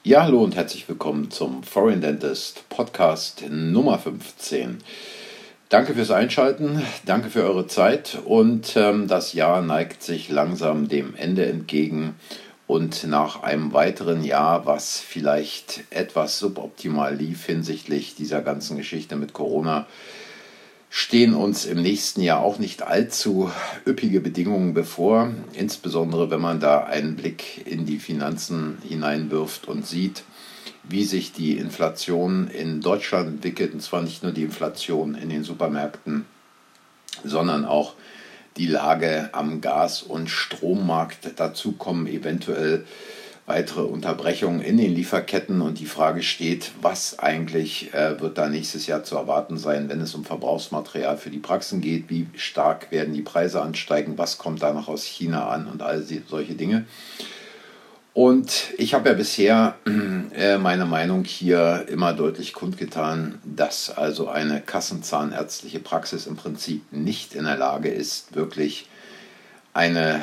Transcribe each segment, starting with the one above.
Ja, hallo und herzlich willkommen zum Foreign Dentist Podcast Nummer 15. Danke fürs Einschalten, danke für eure Zeit und das Jahr neigt sich langsam dem Ende entgegen und nach einem weiteren Jahr, was vielleicht etwas suboptimal lief hinsichtlich dieser ganzen Geschichte mit Corona, stehen uns im nächsten Jahr auch nicht allzu üppige Bedingungen bevor, insbesondere wenn man da einen Blick in die Finanzen hineinwirft und sieht, wie sich die Inflation in Deutschland entwickelt, und zwar nicht nur die Inflation in den Supermärkten, sondern auch die Lage am Gas- und Strommarkt. Dazu kommen eventuell weitere Unterbrechungen in den Lieferketten und die Frage steht, was eigentlich wird da nächstes Jahr zu erwarten sein, wenn es um Verbrauchsmaterial für die Praxen geht, wie stark werden die Preise ansteigen, was kommt da noch aus China an und all solche Dinge. Und ich habe ja bisher meine Meinung hier immer deutlich kundgetan, dass also eine kassenzahnärztliche Praxis im Prinzip nicht in der Lage ist, wirklich eine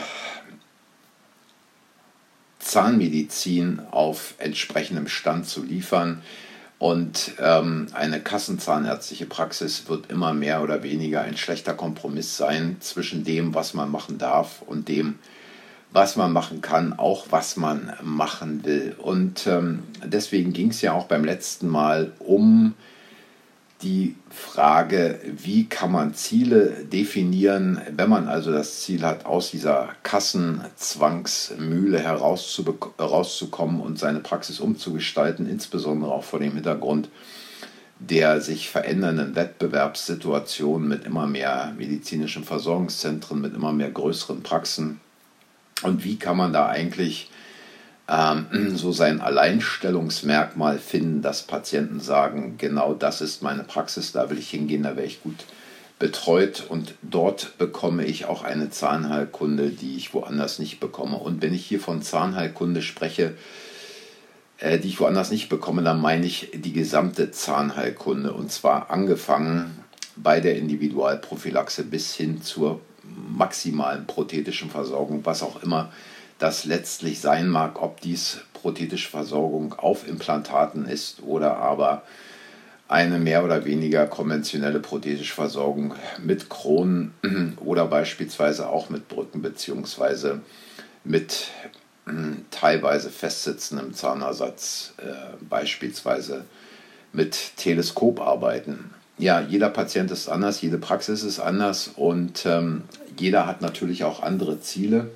Zahnmedizin auf entsprechendem Stand zu liefern. Und eine kassenzahnärztliche Praxis wird immer mehr oder weniger ein schlechter Kompromiss sein zwischen dem, was man machen darf und dem, was man machen kann, auch was man machen will. Und deswegen ging es ja auch beim letzten Mal um die Frage, wie kann man Ziele definieren, wenn man also das Ziel hat, aus dieser Kassenzwangsmühle herauszukommen und seine Praxis umzugestalten, insbesondere auch vor dem Hintergrund der sich verändernden Wettbewerbssituation mit immer mehr medizinischen Versorgungszentren, mit immer mehr größeren Praxen. Und wie kann man da eigentlich so sein Alleinstellungsmerkmal finden, dass Patienten sagen, genau das ist meine Praxis, da will ich hingehen, da werde ich gut betreut und dort bekomme ich auch eine Zahnheilkunde, die ich woanders nicht bekomme. Und wenn ich hier von Zahnheilkunde spreche, die ich woanders nicht bekomme, dann meine ich die gesamte Zahnheilkunde und zwar angefangen bei der Individualprophylaxe bis hin zur maximalen prothetischen Versorgung, was auch immer das letztlich sein mag, ob dies prothetische Versorgung auf Implantaten ist oder aber eine mehr oder weniger konventionelle prothetische Versorgung mit Kronen oder beispielsweise auch mit Brücken beziehungsweise mit teilweise festsitzendem Zahnersatz, beispielsweise mit Teleskoparbeiten. Ja, jeder Patient ist anders, jede Praxis ist anders und jeder hat natürlich auch andere Ziele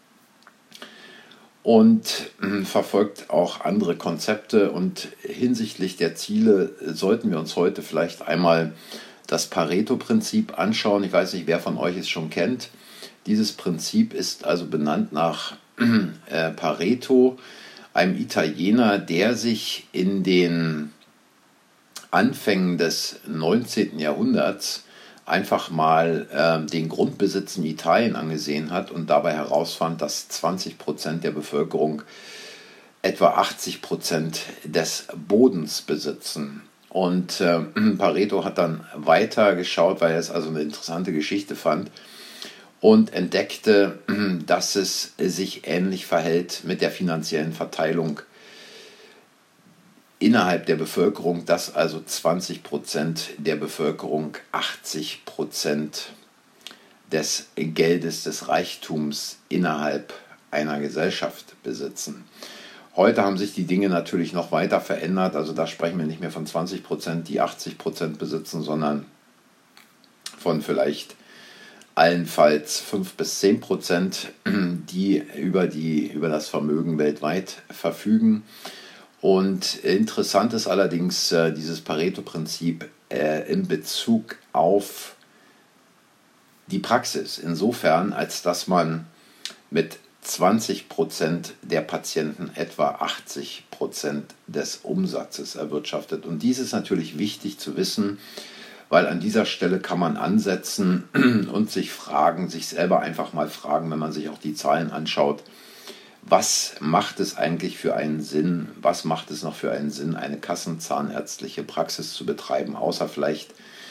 und verfolgt auch andere Konzepte. Und hinsichtlich der Ziele sollten wir uns heute vielleicht einmal das Pareto-Prinzip anschauen. Ich weiß nicht, wer von euch es schon kennt. Dieses Prinzip ist also benannt nach Pareto, einem Italiener, der sich in den Anfängen des 19. Jahrhunderts einfach mal den Grundbesitz in Italien angesehen hat und dabei herausfand, dass 20% der Bevölkerung etwa 80% des Bodens besitzen. Und Pareto hat dann weiter geschaut, weil er es also eine interessante Geschichte fand und entdeckte, dass es sich ähnlich verhält mit der finanziellen Verteilung innerhalb der Bevölkerung, dass also 20% der Bevölkerung 80% des Geldes, des Reichtums innerhalb einer Gesellschaft besitzen. Heute haben sich die Dinge natürlich noch weiter verändert, also da sprechen wir nicht mehr von 20%, die 80% besitzen, sondern von vielleicht allenfalls 5-10%, die über das Vermögen weltweit verfügen. Und interessant ist allerdings dieses Pareto-Prinzip in Bezug auf die Praxis. Insofern, als dass man mit 20% der Patienten etwa 80% des Umsatzes erwirtschaftet. Und dies ist natürlich wichtig zu wissen, weil an dieser Stelle kann man ansetzen und sich selber einfach mal fragen, wenn man sich auch die Zahlen anschaut, was macht es eigentlich für einen Sinn, was macht es noch für einen Sinn, eine kassenzahnärztliche Praxis zu betreiben, außer vielleicht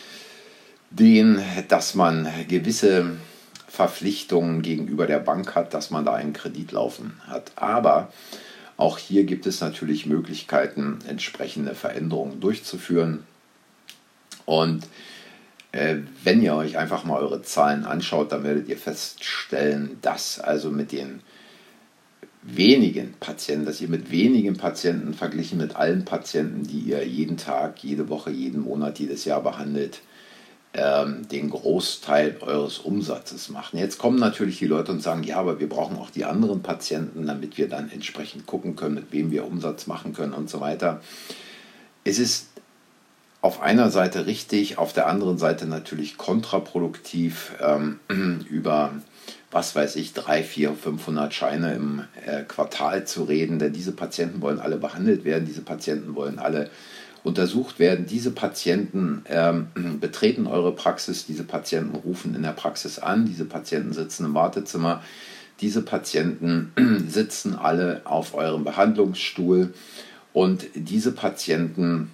dass man gewisse Verpflichtungen gegenüber der Bank hat, dass man da einen Kredit laufen hat. Aber Auch hier gibt es natürlich Möglichkeiten, entsprechende Veränderungen durchzuführen. Und wenn ihr euch einfach mal eure Zahlen anschaut, dann werdet ihr feststellen, dass also mit den wenigen Patienten, dass ihr mit wenigen Patienten verglichen mit allen Patienten, die ihr jeden Tag, jede Woche, jeden Monat, jedes Jahr behandelt, den Großteil eures Umsatzes machen. Jetzt kommen natürlich die Leute und sagen, ja, aber wir brauchen auch die anderen Patienten, damit wir dann entsprechend gucken können, mit wem wir Umsatz machen können und so weiter. Es ist auf einer Seite richtig, auf der anderen Seite natürlich kontraproduktiv, über, was weiß ich, 300, 400, 500 Scheine im Quartal zu reden, denn diese Patienten wollen alle behandelt werden, diese Patienten wollen alle untersucht werden, diese Patienten betreten eure Praxis, diese Patienten rufen in der Praxis an, diese Patienten sitzen im Wartezimmer, diese Patienten sitzen alle auf eurem Behandlungsstuhl und diese Patienten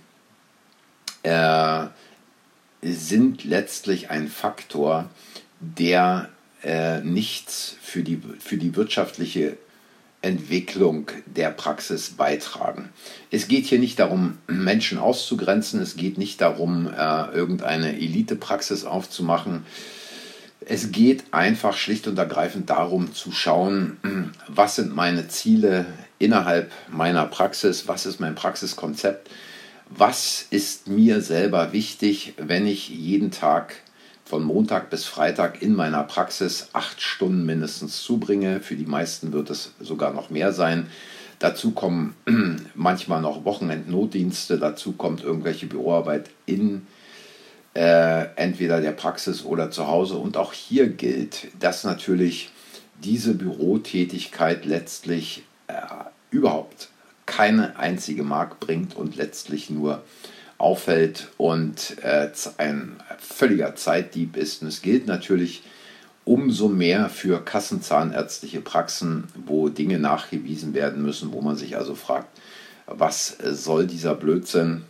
sind letztlich ein Faktor, der nichts für die wirtschaftliche Entwicklung der Praxis beitragen. Es geht hier nicht darum, Menschen auszugrenzen, es geht nicht darum, irgendeine Elitepraxis aufzumachen. Es geht einfach schlicht und ergreifend darum zu schauen, was sind meine Ziele innerhalb meiner Praxis, was ist mein Praxiskonzept, was ist mir selber wichtig, wenn ich jeden Tag von Montag bis Freitag in meiner Praxis 8 Stunden mindestens zubringe. Für die meisten wird es sogar noch mehr sein. Dazu kommen manchmal noch Wochenendnotdienste, dazu kommt irgendwelche Büroarbeit in entweder der Praxis oder zu Hause. Und auch hier gilt, dass natürlich diese Bürotätigkeit letztlich überhaupt keine einzige Mark bringt und letztlich nur auffällt und ein völliger Zeitdieb ist. Und es gilt natürlich umso mehr für kassenzahnärztliche Praxen, wo Dinge nachgewiesen werden müssen, wo man sich also fragt, was soll dieser Blödsinn?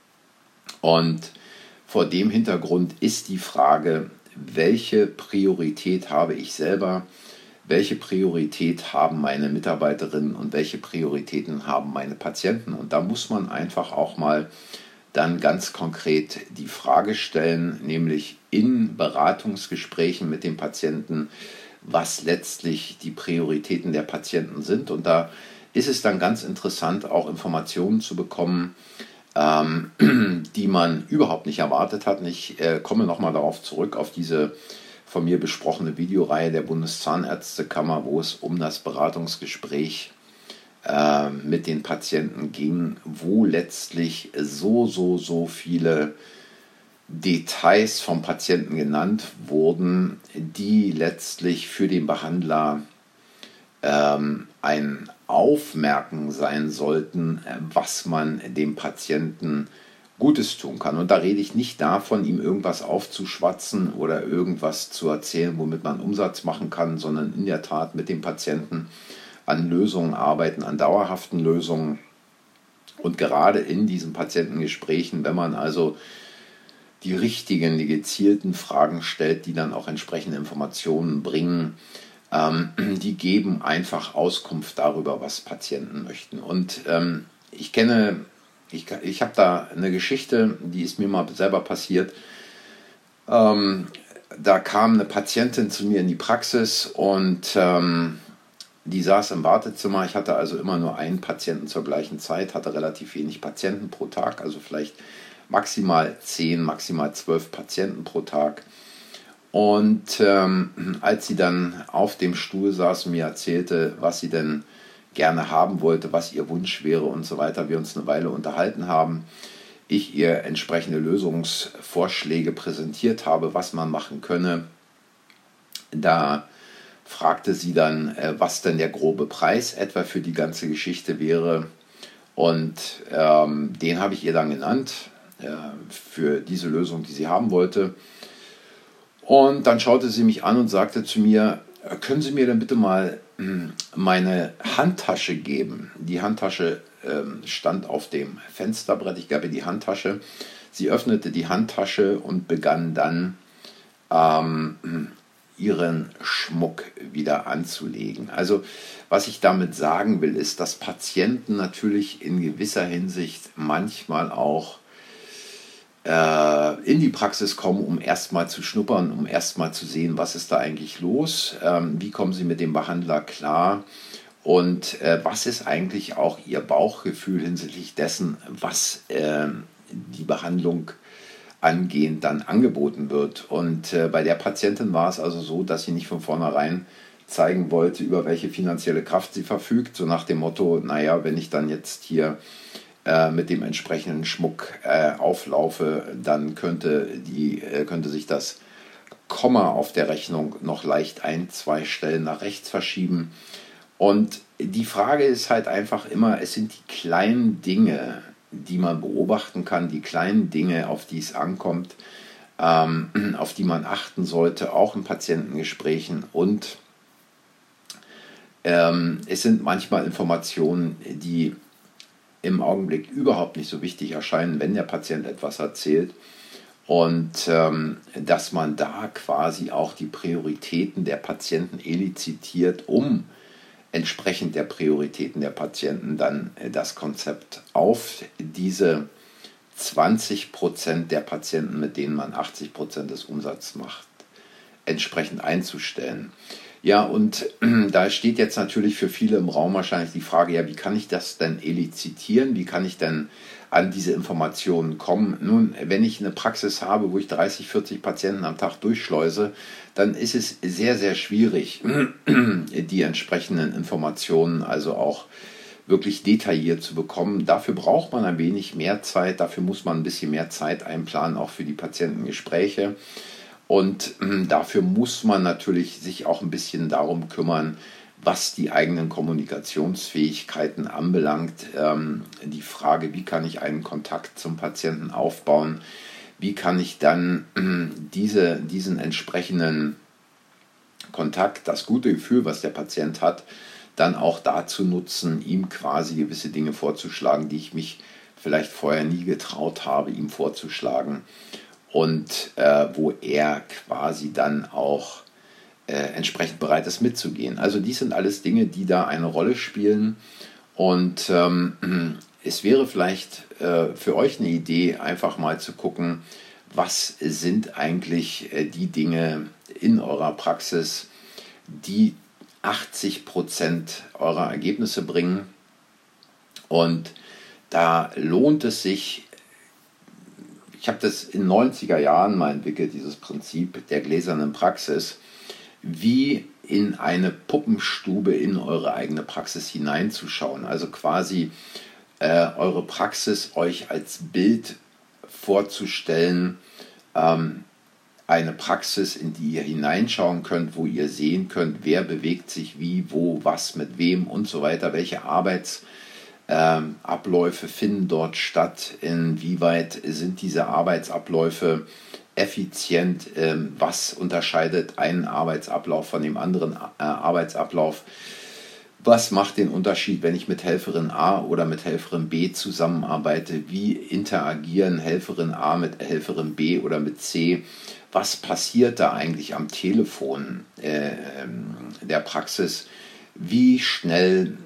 Und vor dem Hintergrund ist die Frage, welche Priorität habe ich selber, welche Priorität haben meine Mitarbeiterinnen und welche Prioritäten haben meine Patienten? Und da muss man einfach auch mal dann ganz konkret die Frage stellen, nämlich in Beratungsgesprächen mit dem Patienten, was letztlich die Prioritäten der Patienten sind. Und da ist es dann ganz interessant, auch Informationen zu bekommen, die man überhaupt nicht erwartet hat. Und ich komme nochmal darauf zurück, auf diese von mir besprochene Videoreihe der Bundeszahnärztekammer, wo es um das Beratungsgespräch mit den Patienten ging, wo letztlich so viele Details vom Patienten genannt wurden, die letztlich für den Behandler ein Aufmerken sein sollten, was man dem Patienten Gutes tun kann. Und da rede ich nicht davon, ihm irgendwas aufzuschwatzen oder irgendwas zu erzählen, womit man Umsatz machen kann, sondern in der Tat mit dem Patienten an Lösungen arbeiten, an dauerhaften Lösungen. Und gerade in diesen Patientengesprächen, wenn man also die richtigen, die gezielten Fragen stellt, die dann auch entsprechende Informationen bringen, die geben einfach Auskunft darüber, was Patienten möchten. Und ich habe da eine Geschichte, die ist mir mal selber passiert. Da kam eine Patientin zu mir in die Praxis und die saß im Wartezimmer. Ich hatte also immer nur einen Patienten zur gleichen Zeit, hatte relativ wenig Patienten pro Tag, also vielleicht maximal 10, maximal 12 Patienten pro Tag. Und als sie dann auf dem Stuhl saß und mir erzählte, was sie denn gerne haben wollte, was ihr Wunsch wäre und so weiter, wir uns eine Weile unterhalten haben, ich ihr entsprechende Lösungsvorschläge präsentiert habe, was man machen könne, da fragte sie dann, was denn der grobe Preis etwa für die ganze Geschichte wäre. Und den habe ich ihr dann genannt für diese Lösung, die sie haben wollte. Und dann schaute sie mich an und sagte zu mir, können Sie mir denn bitte mal meine Handtasche geben? Die Handtasche stand auf dem Fensterbrett, ich gab ihr die Handtasche. Sie öffnete die Handtasche und begann dann ihren Schmuck wieder anzulegen. Also was ich damit sagen will, ist, dass Patienten natürlich in gewisser Hinsicht manchmal auch in die Praxis kommen, um erstmal zu schnuppern, um erstmal zu sehen, was ist da eigentlich los, wie kommen sie mit dem Behandler klar und was ist eigentlich auch ihr Bauchgefühl hinsichtlich dessen, was die Behandlung angehend dann angeboten wird. Und bei der Patientin war es also so, dass sie nicht von vornherein zeigen wollte, über welche finanzielle Kraft sie verfügt, so nach dem Motto, naja, wenn ich dann jetzt hier mit dem entsprechenden Schmuck auflaufe, dann könnte sich das Komma auf der Rechnung noch leicht 1-2 Stellen nach rechts verschieben. Und die Frage ist halt einfach immer, es sind die kleinen Dinge, die man beobachten kann, die kleinen Dinge, auf die es ankommt, auf die man achten sollte, auch in Patientengesprächen. Und es sind manchmal Informationen, die im Augenblick überhaupt nicht so wichtig erscheinen, wenn der Patient etwas erzählt. Und dass man da quasi auch die Prioritäten der Patienten elizitiert, um entsprechend der Prioritäten der Patienten dann das Konzept auf diese 20% der Patienten, mit denen man 80% des Umsatzes macht, entsprechend einzustellen. Ja, und da steht jetzt natürlich für viele im Raum wahrscheinlich die Frage, ja, wie kann ich das denn elizitieren? Wie kann ich denn an diese Informationen kommen? Nun, wenn ich eine Praxis habe, wo ich 30, 40 Patienten am Tag durchschleuse, dann ist es sehr, sehr schwierig, die entsprechenden Informationen also auch wirklich detailliert zu bekommen. Dafür braucht man ein wenig mehr Zeit, dafür muss man ein bisschen mehr Zeit einplanen, auch für die Patientengespräche. Und dafür muss man natürlich sich auch ein bisschen darum kümmern, was die eigenen Kommunikationsfähigkeiten anbelangt. Die Frage, wie kann ich einen Kontakt zum Patienten aufbauen? Wie kann ich dann diesen entsprechenden Kontakt, das gute Gefühl, was der Patient hat, dann auch dazu nutzen, ihm quasi gewisse Dinge vorzuschlagen, die ich mich vielleicht vorher nie getraut habe, ihm vorzuschlagen. Und wo er quasi dann auch entsprechend bereit ist mitzugehen. Also dies sind alles Dinge, die da eine Rolle spielen. Und es wäre vielleicht für euch eine Idee, einfach mal zu gucken, was sind eigentlich die Dinge in eurer Praxis, die 80% eurer Ergebnisse bringen. Und da lohnt es sich. Ich habe das in den 90er Jahren mal entwickelt, dieses Prinzip der gläsernen Praxis, wie in eine Puppenstube in eure eigene Praxis hineinzuschauen. Also quasi eure Praxis euch als Bild vorzustellen, eine Praxis, in die ihr hineinschauen könnt, wo ihr sehen könnt, wer bewegt sich wie, wo, was, mit wem und so weiter, welche Abläufe finden dort statt, inwieweit sind diese Arbeitsabläufe effizient, was unterscheidet einen Arbeitsablauf von dem anderen Arbeitsablauf, was macht den Unterschied, wenn ich mit Helferin A oder mit Helferin B zusammenarbeite, wie interagieren Helferin A mit Helferin B oder mit C, was passiert da eigentlich am Telefon der Praxis, wie schnell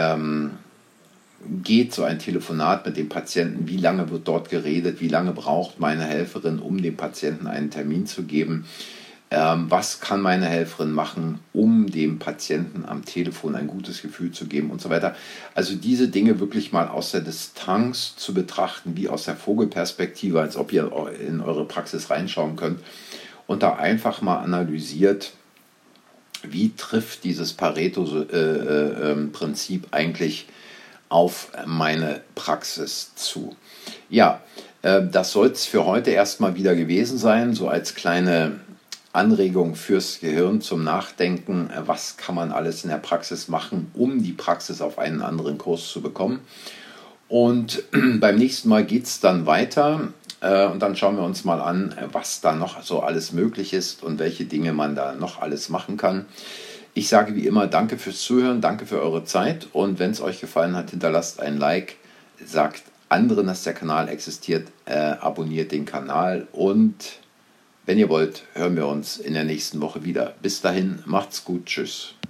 geht so ein Telefonat mit dem Patienten, wie lange wird dort geredet, wie lange braucht meine Helferin, um dem Patienten einen Termin zu geben, was kann meine Helferin machen, um dem Patienten am Telefon ein gutes Gefühl zu geben und so weiter. Also diese Dinge wirklich mal aus der Distanz zu betrachten, wie aus der Vogelperspektive, als ob ihr in eure Praxis reinschauen könnt und da einfach mal analysiert, wie trifft dieses Pareto-Prinzip eigentlich auf meine Praxis zu. Ja, das soll es für heute erstmal wieder gewesen sein, so als kleine Anregung fürs Gehirn zum Nachdenken, was kann man alles in der Praxis machen, um die Praxis auf einen anderen Kurs zu bekommen. Und beim nächsten Mal geht es dann weiter und dann schauen wir uns mal an, was da noch so alles möglich ist und welche Dinge man da noch alles machen kann. Ich sage wie immer, danke fürs Zuhören, danke für eure Zeit und wenn es euch gefallen hat, hinterlasst ein Like, sagt anderen, dass der Kanal existiert, abonniert den Kanal und Wenn ihr wollt, hören wir uns in der nächsten Woche wieder. Bis dahin, macht's gut, tschüss.